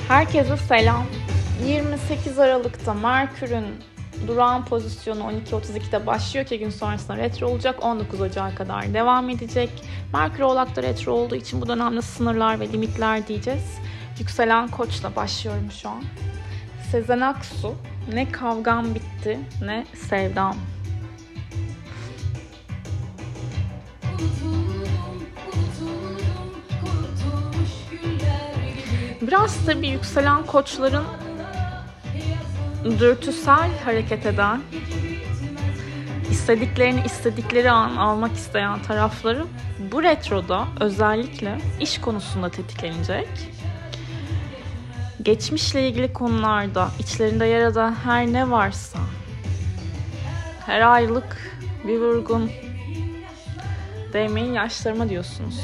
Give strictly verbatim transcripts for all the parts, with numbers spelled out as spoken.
Herkese selam. yirmi sekiz Aralık'ta Merkür'ün durağan pozisyonu on iki otuz ikide başlıyor ki gün sonrasında retro olacak. on dokuz Ocak'a kadar devam edecek. Merkür Oğlak'ta retro olduğu için bu dönemde sınırlar ve limitler diyeceğiz. Yükselen Koç'la başlıyorum şu an. Sezen Aksu, ne kavgam bitti ne sevdam. Biraz tabii yükselen koçların dürtüsel hareket eden, istediklerini istedikleri an almak isteyen tarafları bu retroda özellikle iş konusunda tetiklenecek. Geçmişle ilgili konularda içlerinde yer eden her ne varsa her aylık bir vurgun değmeyin yaşlarıma diyorsunuz.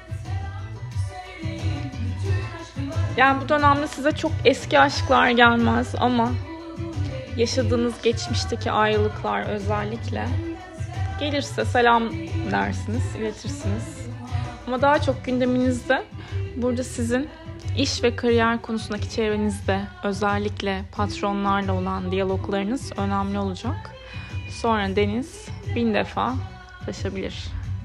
Yani bu dönemde size çok eski aşklar gelmez ama yaşadığınız geçmişteki ayrılıklar özellikle gelirse selam dersiniz, iletirsiniz. Ama daha çok gündeminizde burada sizin iş ve kariyer konusundaki çevrenizde özellikle patronlarla olan diyaloglarınız önemli olacak. Sonra deniz bin defa taşabilir.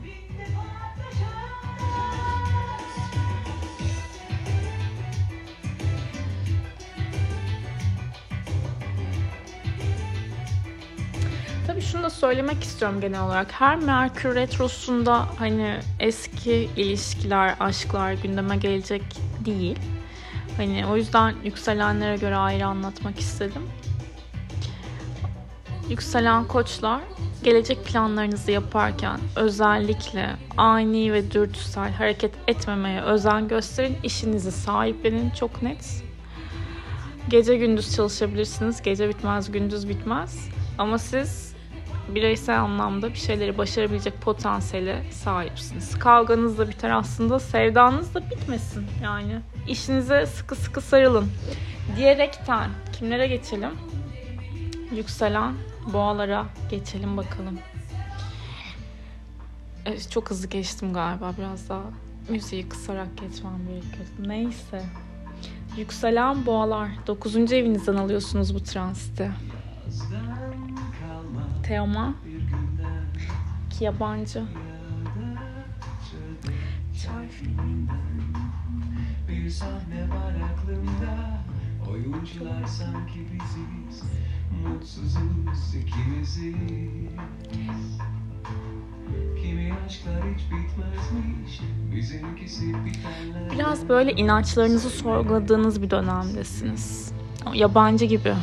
Tabii şunu da söylemek istiyorum genel olarak. Her Merkür Retrosu'nda hani eski ilişkiler, aşklar gündeme gelecek değil. Hani o yüzden yükselenlere göre ayrı anlatmak istedim. Yükselen koçlar gelecek planlarınızı yaparken özellikle ani ve dürtüsel hareket etmemeye özen gösterin. İşinizi sahiplenin çok net. Gece gündüz çalışabilirsiniz. Gece bitmez, gündüz bitmez. Ama siz bireysel anlamda bir şeyleri başarabilecek potansiyele sahipsiniz. Kavganız da biter aslında, sevdanız da bitmesin. Yani işinize sıkı sıkı sarılın. Diyerekten kimlere geçelim? Yükselen boğalara geçelim bakalım. Evet, çok hızlı geçtim galiba. Biraz daha müziği kısarak geçmem gerekiyordu. Neyse. Yükselen boğalar. dokuzuncu evinizden alıyorsunuz bu transiti. Teoman ki yabancı. Çay filminden bir sahne var aklımda. Oyuncular sanki biziz, mutsuzuz ikimiziz. Kimi aşklar hiç bitmezmiş, bizimkisi bitenler. Biraz böyle inançlarınızı sorguladığınız bir dönemdesiniz. Yabancı gibi.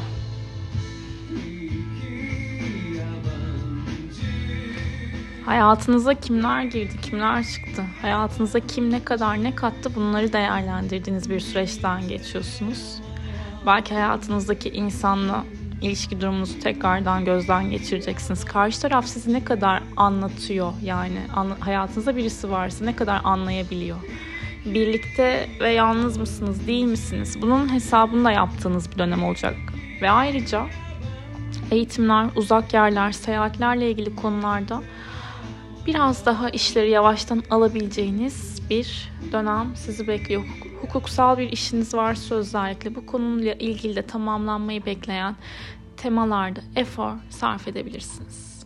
Hayatınıza kimler girdi, kimler çıktı? Hayatınıza kim ne kadar ne kattı bunları değerlendirdiğiniz bir süreçten geçiyorsunuz. Belki hayatınızdaki insanla ilişki durumunuzu tekrardan gözden geçireceksiniz. Karşı taraf sizi ne kadar anlatıyor yani an- hayatınızda birisi varsa ne kadar anlayabiliyor. Birlikte ve yalnız mısınız, değil misiniz? Bunun hesabını da yaptığınız bir dönem olacak. Ve ayrıca eğitimler, uzak yerler, seyahatlerle ilgili konularda biraz daha işleri yavaştan alabileceğiniz bir dönem sizi bekliyor. Hukuksal bir işiniz varsa özellikle bu konuyla ilgili de tamamlanmayı bekleyen temalarda efor sarf edebilirsiniz.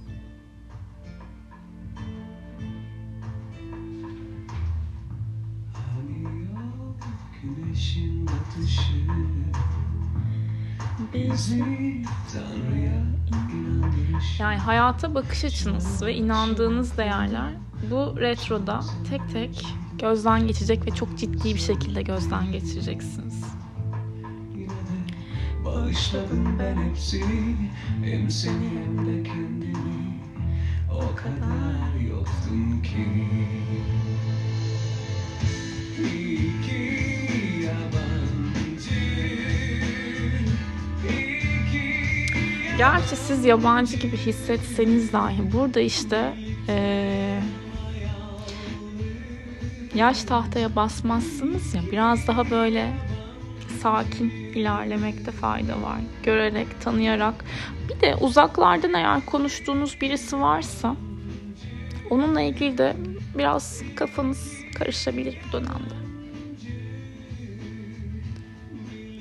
Yani hayata bakış açınız ve inandığınız değerler bu retroda tek tek gözden geçecek ve çok ciddi bir şekilde gözden geçireceksiniz. Bağışladım ben hepsini, hem seni hem de kendimi, o kadar yoktum ki. Gerçi siz yabancı gibi hissetseniz dahi burada işte ee, yaş tahtaya basmazsınız ya, biraz daha böyle sakin ilerlemekte fayda var. Görerek, tanıyarak. Bir de uzaklardan eğer konuştuğunuz birisi varsa onunla ilgili de biraz kafanız karışabilir bu dönemde.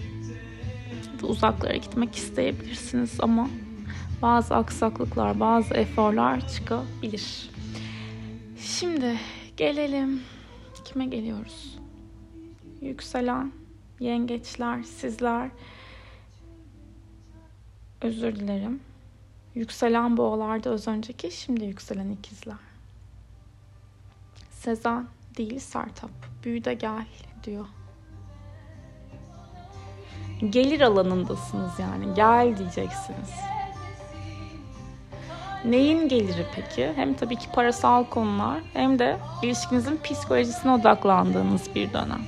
da uzaklara gitmek isteyebilirsiniz ama bazı aksaklıklar, bazı eforlar çıkabilir. Şimdi gelelim. Kime geliyoruz? Yükselen yengeçler, sizler. Özür dilerim. Yükselen boğalarda öz önceki, şimdi yükselen ikizler. Sezen değil Sertap. Büyü de gel diyor. Gelir alanındasınız yani. Gel diyeceksiniz. Neyin geliri peki? Hem tabii ki parasal konular hem de ilişkinizin psikolojisine odaklandığınız bir dönem.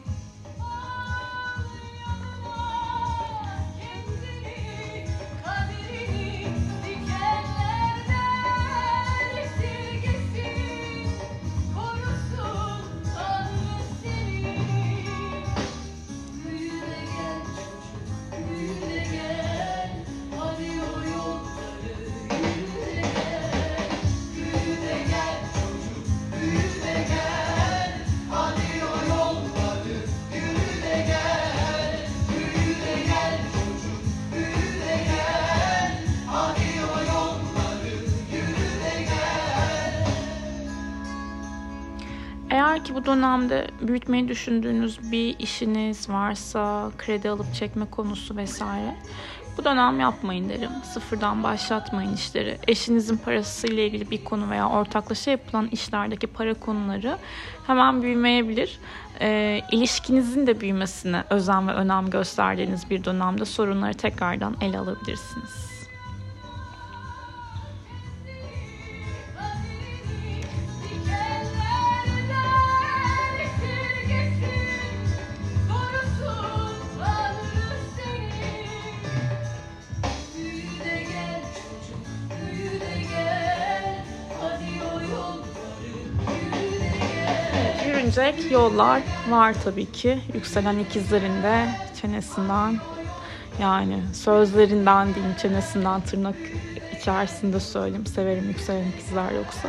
Eğer ki bu dönemde büyütmeyi düşündüğünüz bir işiniz varsa, kredi alıp çekme konusu vesaire, bu dönem yapmayın derim. Sıfırdan başlatmayın işleri. Eşinizin parasıyla ilgili bir konu veya ortaklaşa yapılan işlerdeki para konuları hemen büyümeyebilir. E, ilişkinizin de büyümesine özen ve önem gösterdiğiniz bir dönemde sorunları tekrardan ele alabilirsiniz. Yürünecek yollar var tabii ki. Yükselen ikizlerin de çenesinden, yani sözlerinden diyeyim, çenesinden tırnak içerisinde söyleyeyim. Severim yükselen ikizler yoksa.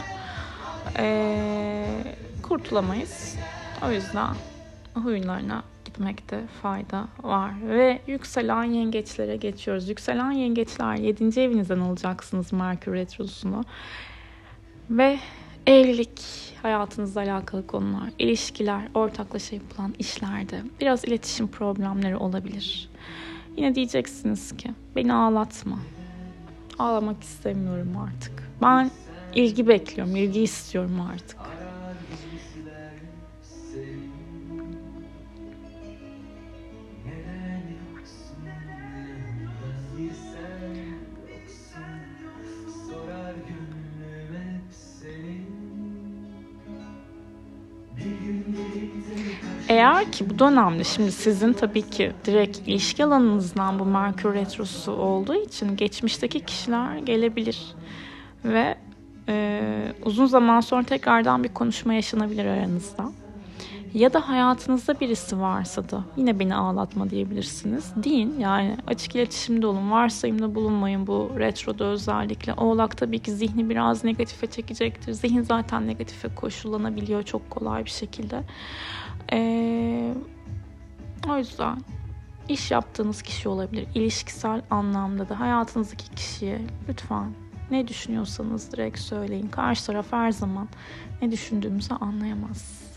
Ee, kurtulamayız. O yüzden huylarına gitmekte fayda var. Ve yükselen yengeçlere geçiyoruz. Yükselen yengeçler yedinci evinizden alacaksınız Merkür Retrosu'nu. Ve evlilik, hayatınızla alakalı konular, ilişkiler, ortaklaşa yapılan işlerde biraz iletişim problemleri olabilir. Yine diyeceksiniz ki beni ağlatma. Ağlamak istemiyorum artık. Ben ilgi bekliyorum, ilgi istiyorum artık. Eğer ki bu dönemde şimdi sizin tabii ki direkt ilişki alanınızdan bu Merkür Retrosu olduğu için geçmişteki kişiler gelebilir. Ve e, uzun zaman sonra tekrardan bir konuşma yaşanabilir aranızda. Ya da hayatınızda birisi varsa da yine beni ağlatma diyebilirsiniz. Deyin, yani açık iletişimde olun, varsayımda bulunmayın bu retroda özellikle. Oğlak tabii ki zihni biraz negatife çekecektir. Zihin zaten negatife koşullanabiliyor çok kolay bir şekilde. Ee, o yüzden iş yaptığınız kişi olabilir. İlişkisel anlamda da hayatınızdaki kişiye lütfen ne düşünüyorsanız direkt söyleyin. Karşı taraf her zaman ne düşündüğümüzü anlayamaz.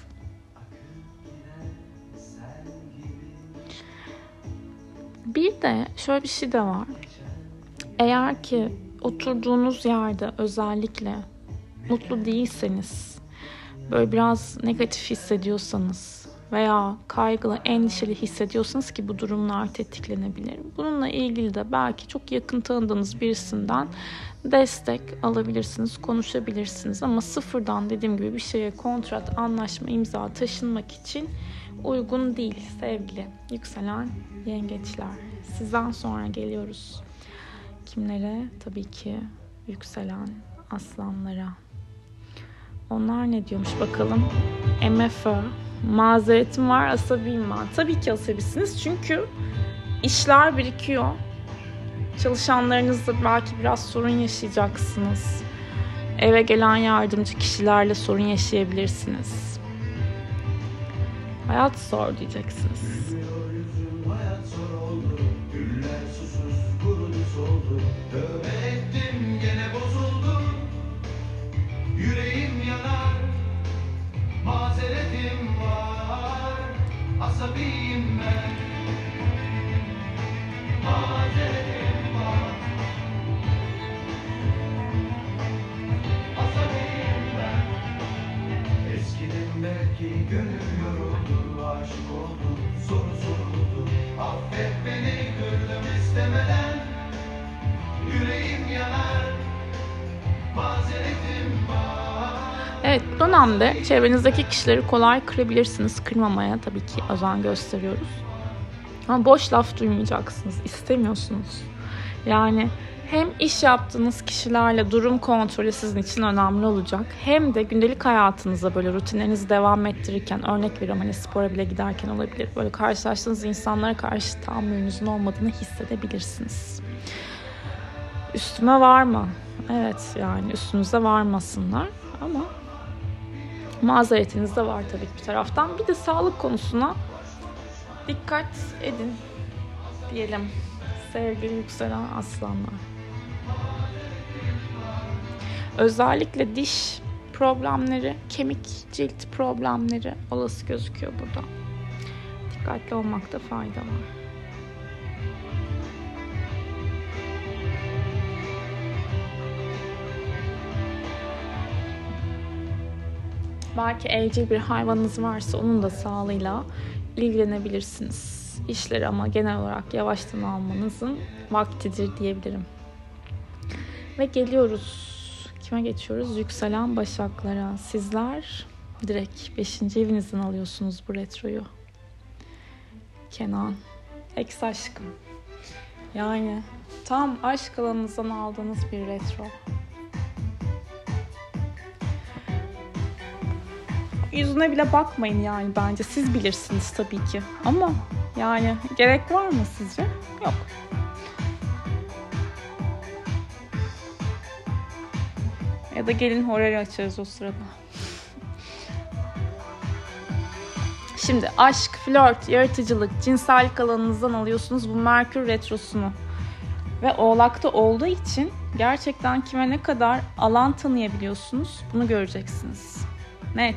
Bir de şöyle bir şey de var. Eğer ki oturduğunuz yerde özellikle mutlu değilseniz, böyle biraz negatif hissediyorsanız veya kaygılı, endişeli hissediyorsanız ki bu durumlar tetiklenebilir. Bununla ilgili de belki çok yakın tanıdığınız birisinden destek alabilirsiniz, konuşabilirsiniz. Ama sıfırdan dediğim gibi bir şeye kontrat, anlaşma, imza taşınmak için uygun değil sevgili yükselen yengeçler. Sizden sonra geliyoruz. Kimlere? Tabii ki yükselen aslanlara. Onlar ne diyormuş bakalım. M F Ö, mazeretim var, asabiyim ben. Tabii ki asabisiniz çünkü işler birikiyor. Çalışanlarınızla belki biraz sorun yaşayacaksınız. Eve gelen yardımcı kişilerle sorun yaşayabilirsiniz. Hayat zor diyeceksiniz. Hayat zor oldu, güller susuz kurudu soldu. Tövbe ettim gene bozuldu, yüreğim yanar, mazeretim var, asabiyim ben, mazeretim var, asabiyim ben. Eskiden belki gönül yoruldu, aşık oldu, soru soruldu. Affet beni kırdım istemeden, yüreğim yanar, mazeretim var. Evet, bu dönemde çevrenizdeki kişileri kolay kırabilirsiniz. Kırmamaya tabii ki özen gösteriyoruz. Ama boş laf duymayacaksınız, istemiyorsunuz. Yani hem iş yaptığınız kişilerle durum kontrolü sizin için önemli olacak. Hem de gündelik hayatınızda böyle rutinlerinizi devam ettirirken, örnek veriyorum hani spora bile giderken olabilir. Böyle karşılaştığınız insanlara karşı tahammülünüzün olmadığını hissedebilirsiniz. Üstüme varma. Evet, yani üstünüze varmasınlar ama mazeretiniz de var tabii ki bir taraftan. Bir de sağlık konusuna dikkat edin diyelim sevgili yükselen aslanlar. Özellikle diş problemleri, kemik, cilt problemleri olası gözüküyor burada. Dikkatli olmakta fayda var. Belki evcil bir hayvanınız varsa onun da sağlığıyla ilgilenebilirsiniz. İşleri ama genel olarak yavaştan almanızın vaktidir diyebilirim. Ve geliyoruz. Kime geçiyoruz? Yükselen Başaklara. Sizler direkt beşinci evinizden alıyorsunuz bu retroyu. Kenan. Ex aşkım. Yani tam aşk alanınızdan aldığınız bir retro. Yüzüne bile bakmayın yani bence. Siz bilirsiniz tabii ki. Ama yani gerek var mı sizce? Yok. Ya da gelin horary açarız o sırada. Şimdi aşk, flört, yaratıcılık, cinsellik alanınızdan alıyorsunuz bu Merkür retrosunu. Ve Oğlak'ta olduğu için gerçekten kime ne kadar alan tanıyabiliyorsunuz bunu göreceksiniz. Net.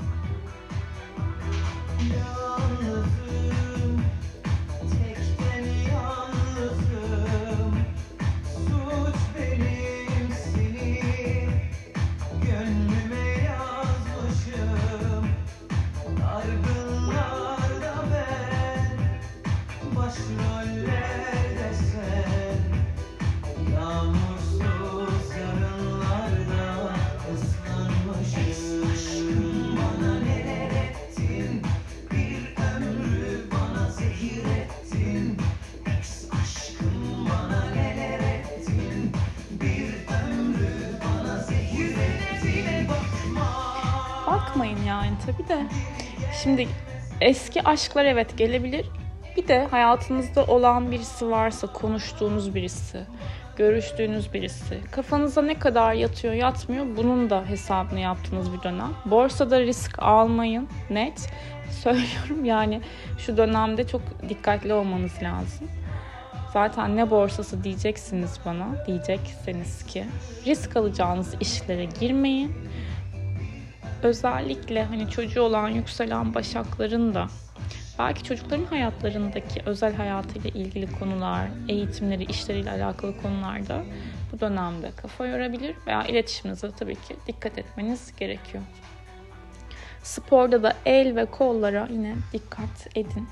Bakmayın yani tabii de. Şimdi eski aşklar evet gelebilir. Bir de hayatınızda olan birisi varsa, konuştuğunuz birisi, görüştüğünüz birisi, kafanıza ne kadar yatıyor yatmıyor bunun da hesabını yaptığınız bir dönem. Borsada risk almayın, net söylüyorum yani şu dönemde çok dikkatli olmanız lazım. Zaten ne borsası diyeceksiniz bana, diyecekseniz ki risk alacağınız işlere girmeyin. Özellikle hani çocuğu olan yükselen başakların da belki çocukların hayatlarındaki özel hayatıyla ilgili konular, eğitimleri, işleriyle alakalı konularda bu dönemde kafa yorabilir veya iletişiminize tabii ki dikkat etmeniz gerekiyor. Sporda da el ve kollara yine dikkat edin.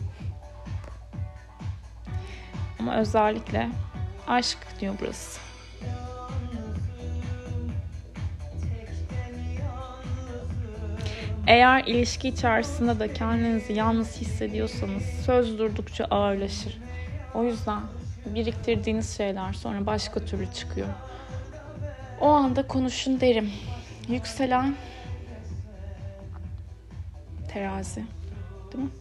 Ama özellikle aşk diyor burası. Eğer ilişki içerisinde de kendinizi yalnız hissediyorsanız söz durdukça ağırlaşır. O yüzden biriktirdiğiniz şeyler sonra başka türlü çıkıyor. O anda konuşun derim. Yükselen terazi. Değil mi?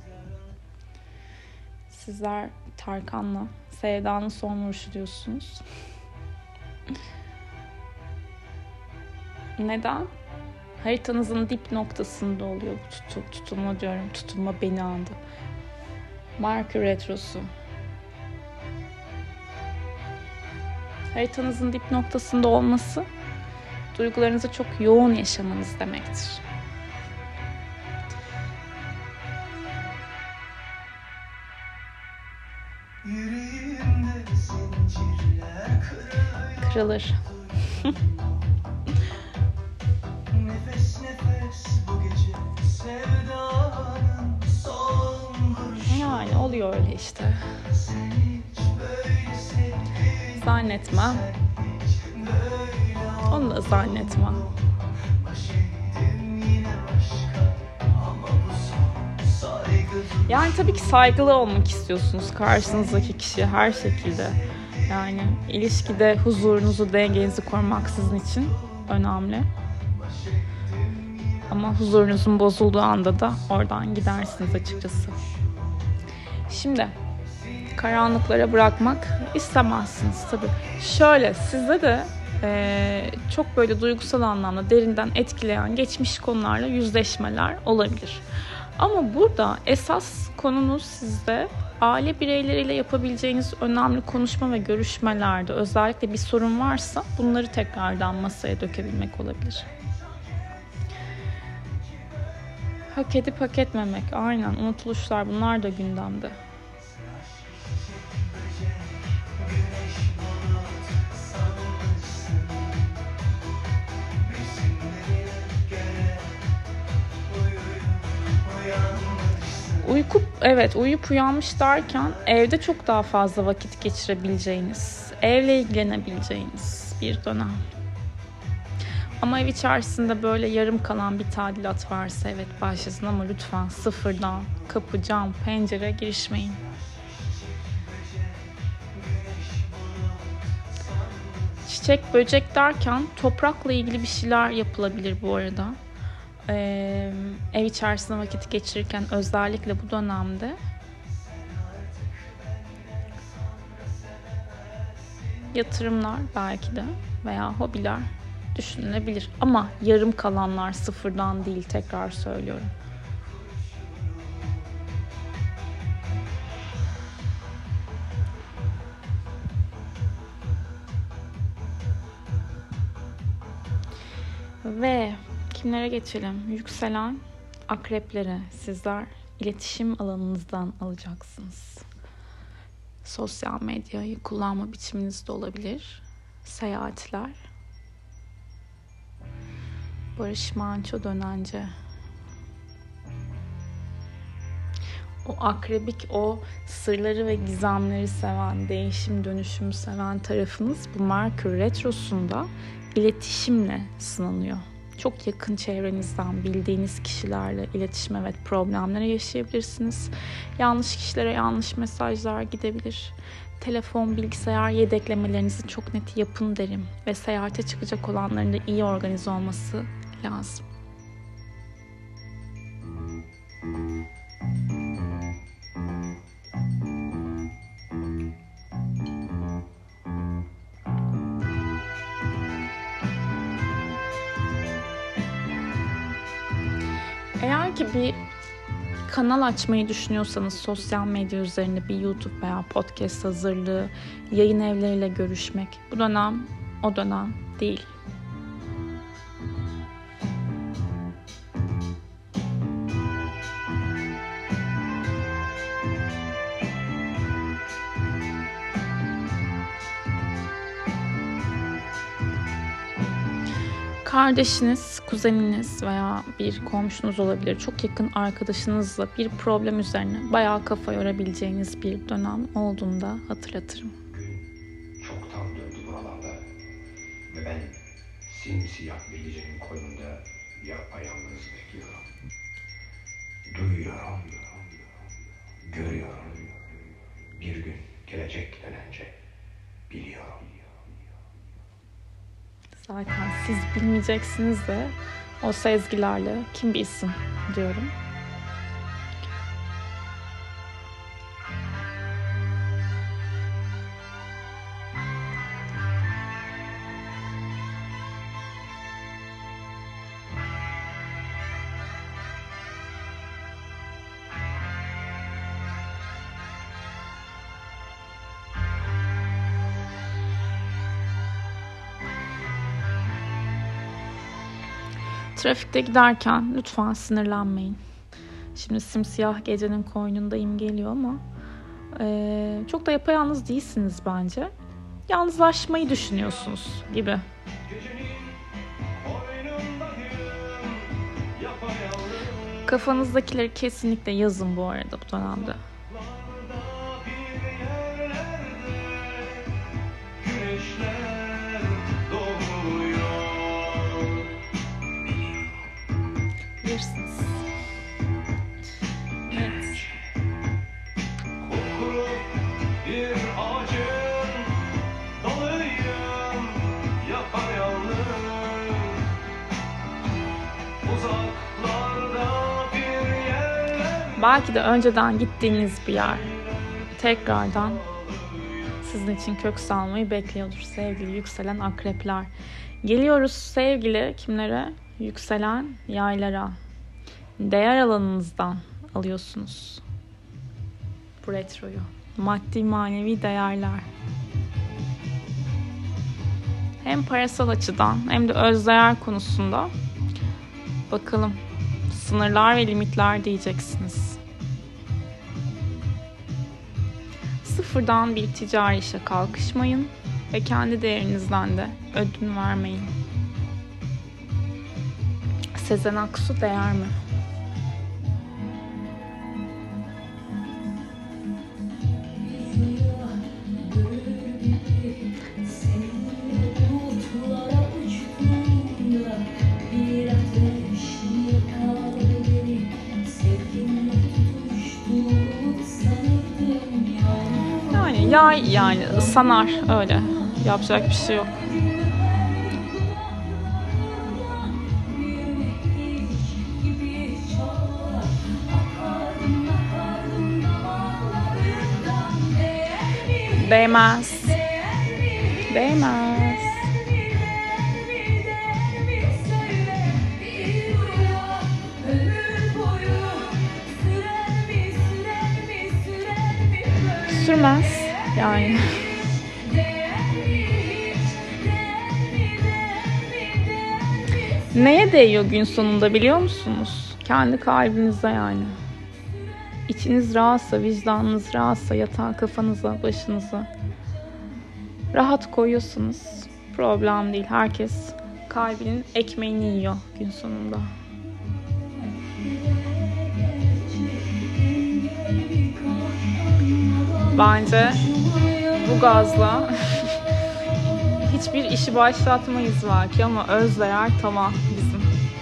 Sizler Tarkan'la Sevda'nın son vuruşu diyorsunuz. Neden? Haritanızın dip noktasında oluyor bu tutu, tutulma diyorum. Tutulma beni andı. Merkür Retrosu. Haritanızın dip noktasında olması duygularınızı çok yoğun yaşamanız demektir. Kırılır. Nefes nefes bu gece sevdanın son vuruşu. Yani oluyor öyle işte. Zannetme. Onu da zannetme. Yani tabii ki saygılı olmak istiyorsunuz karşınızdaki kişiye her şekilde. Yani ilişkide huzurunuzu, dengenizi korumak sizin için önemli. Ama huzurunuzun bozulduğu anda da oradan gidersiniz açıkçası. Şimdi karanlıklara bırakmak istemezsiniz tabii. Şöyle size de e, çok böyle duygusal anlamda derinden etkileyen geçmiş konularla yüzleşmeler olabilir. Ama burada esas konunuz sizde aile bireyleriyle yapabileceğiniz önemli konuşma ve görüşmelerde özellikle bir sorun varsa bunları tekrardan masaya dökebilmek olabilir. Hak edip hak etmemek, aynen unutuluşlar bunlar da gündemde. Uyku, evet uyuyup uyanmış derken evde çok daha fazla vakit geçirebileceğiniz, evle ilgilenebileceğiniz bir dönem. Ama ev içerisinde böyle yarım kalan bir tadilat varsa evet başlasın ama lütfen sıfırdan kapı, cam, pencere girişmeyin. Çiçek, böcek derken toprakla ilgili bir şeyler yapılabilir bu arada. Ee, ev içerisinde vakit geçirirken özellikle bu dönemde yatırımlar belki de veya hobiler düşünülebilir. Ama yarım kalanlar sıfırdan değil, tekrar söylüyorum. Ve kimlere geçelim? Yükselen akreplere sizler iletişim alanınızdan alacaksınız. Sosyal medyayı kullanma biçiminiz de olabilir. Seyahatler. Barış Manço dönence. O akrebik, o sırları ve gizemleri seven, değişim dönüşümü seven tarafınız bu Merkür Retrosu'nda iletişimle sınanıyor. Çok yakın çevrenizden bildiğiniz kişilerle iletişim evet problemleri yaşayabilirsiniz. Yanlış kişilere yanlış mesajlar gidebilir. Telefon, bilgisayar yedeklemelerinizi çok net yapın derim. Ve seyahate çıkacak olanların da iyi organize olması lazım. Eğer ki bir kanal açmayı düşünüyorsanız sosyal medya üzerinde bir YouTube veya podcast hazırlığı, yayın evleriyle görüşmek bu dönem o dönem değil. Kardeşiniz, kuzeniniz veya bir komşunuz olabilir. Çok yakın arkadaşınızla bir problem üzerine bayağı kafa yorabileceğiniz bir dönem olduğunda hatırlatırım. Gün çoktan döndü buralarda ve ben simsiyah bir gecenin koynunda yapayalnız bekliyorum. Duyuyorum, görüyorum. Bir gün gelecek dönence biliyorum. Zaten siz bilmeyeceksiniz de o sezgilerle kim bilsin diyorum. Trafikte giderken lütfen sinirlenmeyin. Şimdi simsiyah gecenin koynundayım geliyor ama e, çok da yapayalnız değilsiniz bence. Yalnızlaşmayı düşünüyorsunuz gibi. Kafanızdakileri kesinlikle yazın bu arada bu dönemde. Bilirsiniz. Evet. Bir ağacın dalıyım, yapayalnız. Uzaklarda bir yerler. Belki de önceden gittiğiniz bir yer tekrardan sizin için kök salmayı bekliyordur sevgili yükselen akrepler. Geliyoruz sevgili kimlere? Yükselen yaylara. Değer alanınızdan alıyorsunuz bu retroyu. Maddi manevi değerler. Hem parasal açıdan hem de özdeğer konusunda bakalım sınırlar ve limitler diyeceksiniz. Sıfırdan bir ticari işe kalkışmayın ve kendi değerinizden de ödün vermeyin. Sezen Aksu değer mi? Yani yay yani sanar öyle. Yapacak bir şey yok. Değmez. Değmez. Sürmez yani. Neye değiyor gün sonunda biliyor musunuz? Kendi kalbinize yani. İçiniz rahatsa, vicdanınız rahatsa yatağa kafanıza, başınıza rahat koyuyorsunuz. Problem değil. Herkes kalbinin ekmeğini yiyor gün sonunda. Bence bu gazla hiçbir işi başlatmayız belki ama özdeğer tamam bizim.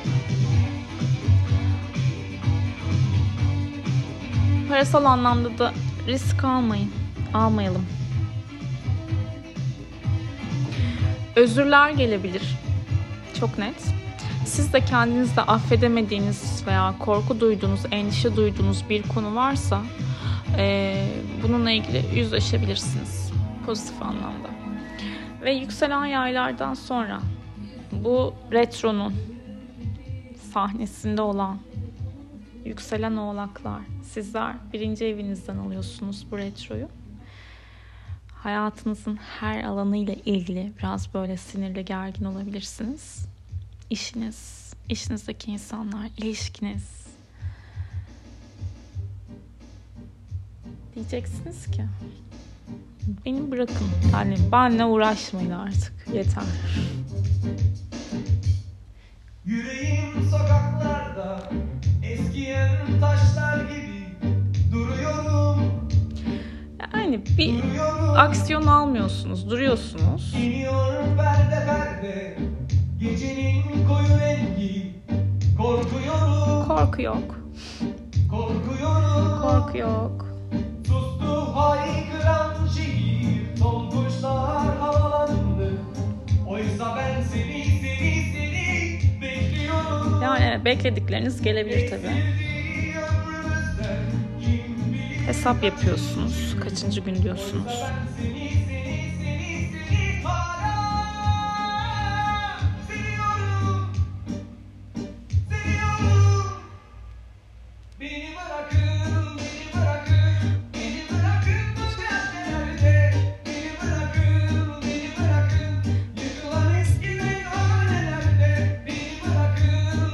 Parasal anlamda da risk almayın. Almayalım. Özürler gelebilir. Çok net. Siz de kendinizde affedemediğiniz veya korku duyduğunuz, endişe duyduğunuz bir konu varsa e, bununla ilgili yüzleşebilirsiniz. Pozitif anlamda. Ve yükselen yaylardan sonra bu retronun sahnesinde olan yükselen oğlaklar, sizler birinci evinizden alıyorsunuz bu retroyu. Hayatınızın her alanıyla ilgili biraz böyle sinirli, gergin olabilirsiniz. İşiniz, işinizdeki insanlar, ilişkiniz. Diyeceksiniz ki beni bırakın, yani benimle uğraşmayın artık, yeter. Yüreğim sokaklarda eskiyen taşlar gibi duruyorum. Yani bir Duruyorum. aksiyon almıyorsunuz, duruyorsunuz. İniyor perde perde gecenin koyu rengi. Korkuyorum. Korku yok, Korkuyorum. korku yok. Sustu haykıran şehir, son kuşlar havalandı. Oysa ben seni, seni, seni bekliyorum. Yani evet, bekledikleriniz gelebilir tabii. Eksildiği ömrümüzden kim bilir. Hesap yapıyorsunuz, kaçıncı gün diyorsunuz. Oysa ben seni, seni, seni, seni hala seviyorum. Seviyorum. Beni bırakın, beni bırakın, beni bırakın bu caddelerde. Beni bırakın, beni bırakın, yıkılan eski meyhanelerde. Beni bırakın,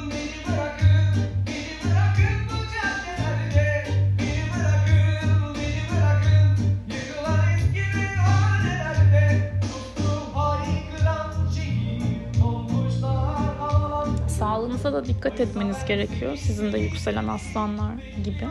Sağlığınıza da dikkat etmeniz gerekiyor. Sizin de yükselen aslanlar gibi.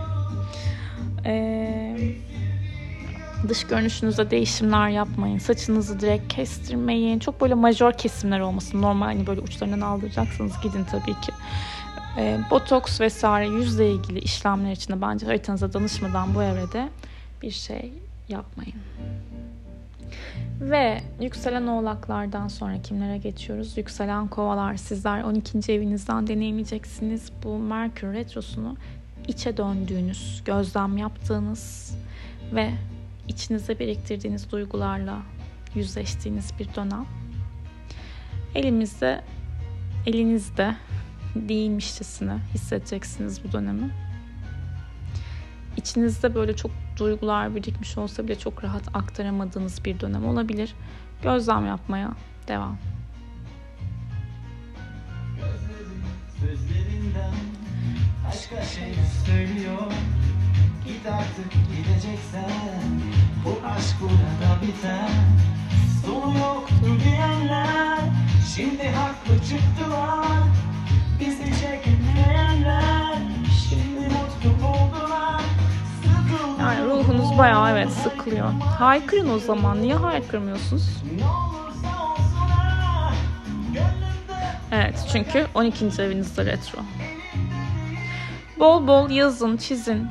Ee, dış görünüşünüzde değişimler yapmayın. Saçınızı direkt kestirmeyin. Çok böyle majör kesimler olmasın. Normal hani böyle uçlarından aldıracaksınız. Gidin tabii ki. Ee, botoks vesaire yüzle ilgili işlemler için de bence haritanıza danışmadan bu evrede bir şey yapmayın. Ve yükselen oğlaklardan sonra kimlere geçiyoruz? Yükselen kovalar, sizler on ikinci evinizden deneyimleyeceksiniz. Bu Merkür Retrosu'nu içe döndüğünüz, gözlem yaptığınız ve içinize biriktirdiğiniz duygularla yüzleştiğiniz bir dönem. Elimizde, elinizde değilmişçesine hissedeceksiniz bu dönemi. İçinizde böyle çok duygular birikmiş olsa bile çok rahat aktaramadığınız bir dönem olabilir. Gözlem yapmaya devam. Sözlerinden başka şey söylüyor. Git artık gideceksen, bu aşk burada biter. Sonu yoktu diyenler şimdi haklı çıktılar. Bizi çekmeyenler şimdi mutlu oldular. Yani ruhunuz bayağı evet sıkılıyor. Haykırın o zaman. Niye haykırmıyorsunuz? Evet, çünkü on ikinci evinizde retro. Bol bol yazın, çizin.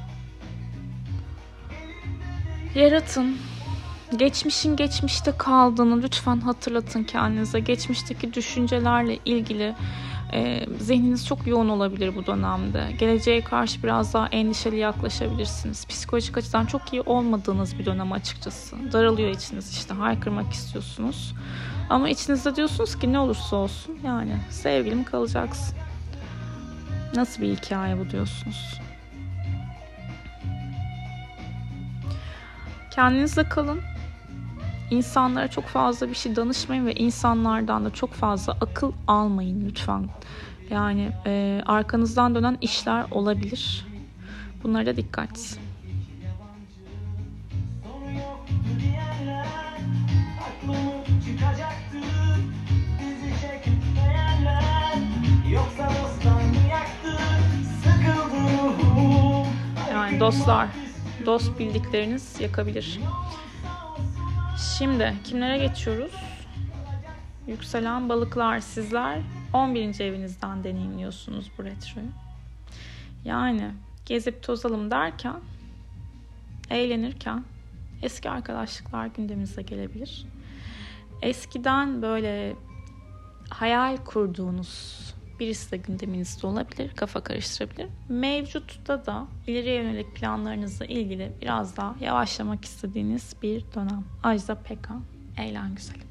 Yaratın. Geçmişin geçmişte kaldığını lütfen hatırlatın kendinize. Geçmişteki düşüncelerle ilgili e, zihniniz çok yoğun olabilir bu dönemde. Geleceğe karşı biraz daha endişeli yaklaşabilirsiniz. Psikolojik açıdan çok iyi olmadığınız bir dönem açıkçası. Daralıyor içiniz, işte haykırmak istiyorsunuz. Ama içinizde diyorsunuz ki ne olursa olsun yani sevgilim kalacaksın. Nasıl bir hikaye bu diyorsunuz. Kendinizle kalın. İnsanlara çok fazla bir şey danışmayın ve insanlardan da çok fazla akıl almayın lütfen. Yani e, arkanızdan dönen işler olabilir. Bunlara da dikkat. Yani dostlar, dost bildikleriniz yakabilir. Şimdi kimlere geçiyoruz? Yükselen balıklar, sizler on birinci evinizden deneyimliyorsunuz bu retroyu. Yani gezip tozalım derken, eğlenirken eski arkadaşlıklar gündeminize gelebilir. Eskiden böyle hayal kurduğunuz birisi de gündeminizde olabilir, kafa karıştırabilir. Mevcutta da ileriye yönelik planlarınızla ilgili biraz daha yavaşlamak istediğiniz bir dönem. Ajda Pekkan, eğlen güzelim.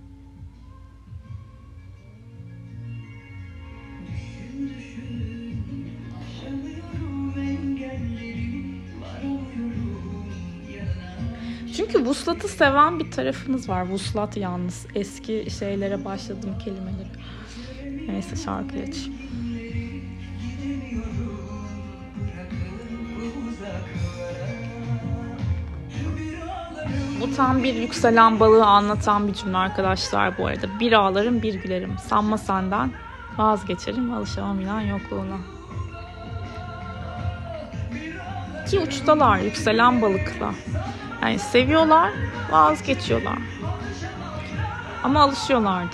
Çünkü vuslatı seven bir tarafınız var. Vuslat yalnız. Eski şeylere başladığım kelimeleri. Neyse şarkıyı aç. Bu tam bir yükselen balığı anlatan bir cümle arkadaşlar bu arada. Bir ağlarım bir gülerim. Sanma senden vazgeçerim. Alışamam inan yokluğuna. Ki uçtalar yükselen balıkla. Yani seviyorlar, vazgeçiyorlar. Ama alışıyorlardı.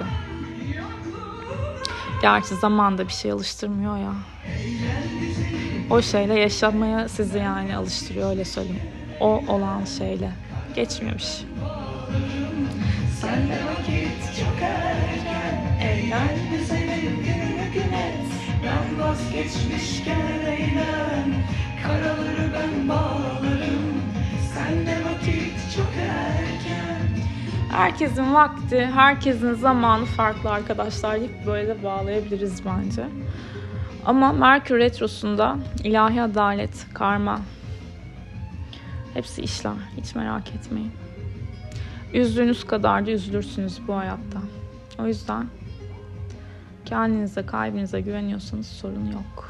Gerçi zaman da bir şey alıştırmıyor ya. O şeyle yaşamaya sizi yani alıştırıyor, öyle söyleyeyim. O olan şeyle. Geçmiyormuş. Sen de vakit çok erken, eğlen güzelim gününü gün et. Ben vazgeçmişken eğlen, karaları ben bağlarım. Sen de vakit çok erken. Herkesin vakti, herkesin zamanı farklı arkadaşlar. Hep böyle de bağlayabiliriz bence. Ama Merkür Retrosu'nda ilahi adalet, karma hepsi işler. Hiç merak etmeyin. Üzdüğünüz kadar da üzülürsünüz bu hayatta. O yüzden kendinize, kalbinize güveniyorsanız sorun yok.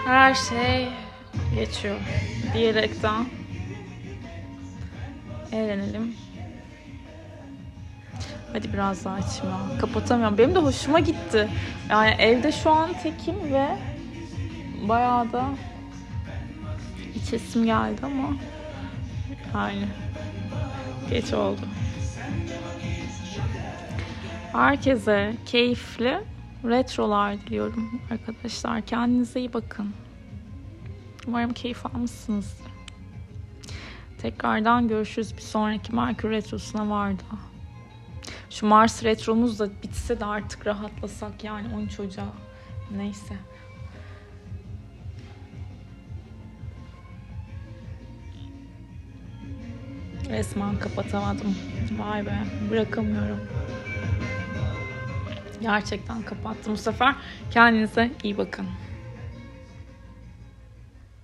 Her şey geçiyor diyerekten eğlenelim. Hadi biraz daha içim ya. Kapatamıyorum. Benim de hoşuma gitti. Yani evde şu an tekim ve bayağı da içesim geldi ama yani geç oldu. Herkese keyifli retrolar diliyorum arkadaşlar. Kendinize iyi bakın. Umarım keyif almışsınızdır. Tekrardan görüşürüz. Bir sonraki Merkür Retrosu'na vardı. Şu Mars Retromuz da bitse de artık rahatlasak yani on üç Ocağı. Neyse. Resmen kapatamadım. Vay be. Bırakamıyorum. Gerçekten kapattım bu sefer. Kendinize iyi bakın.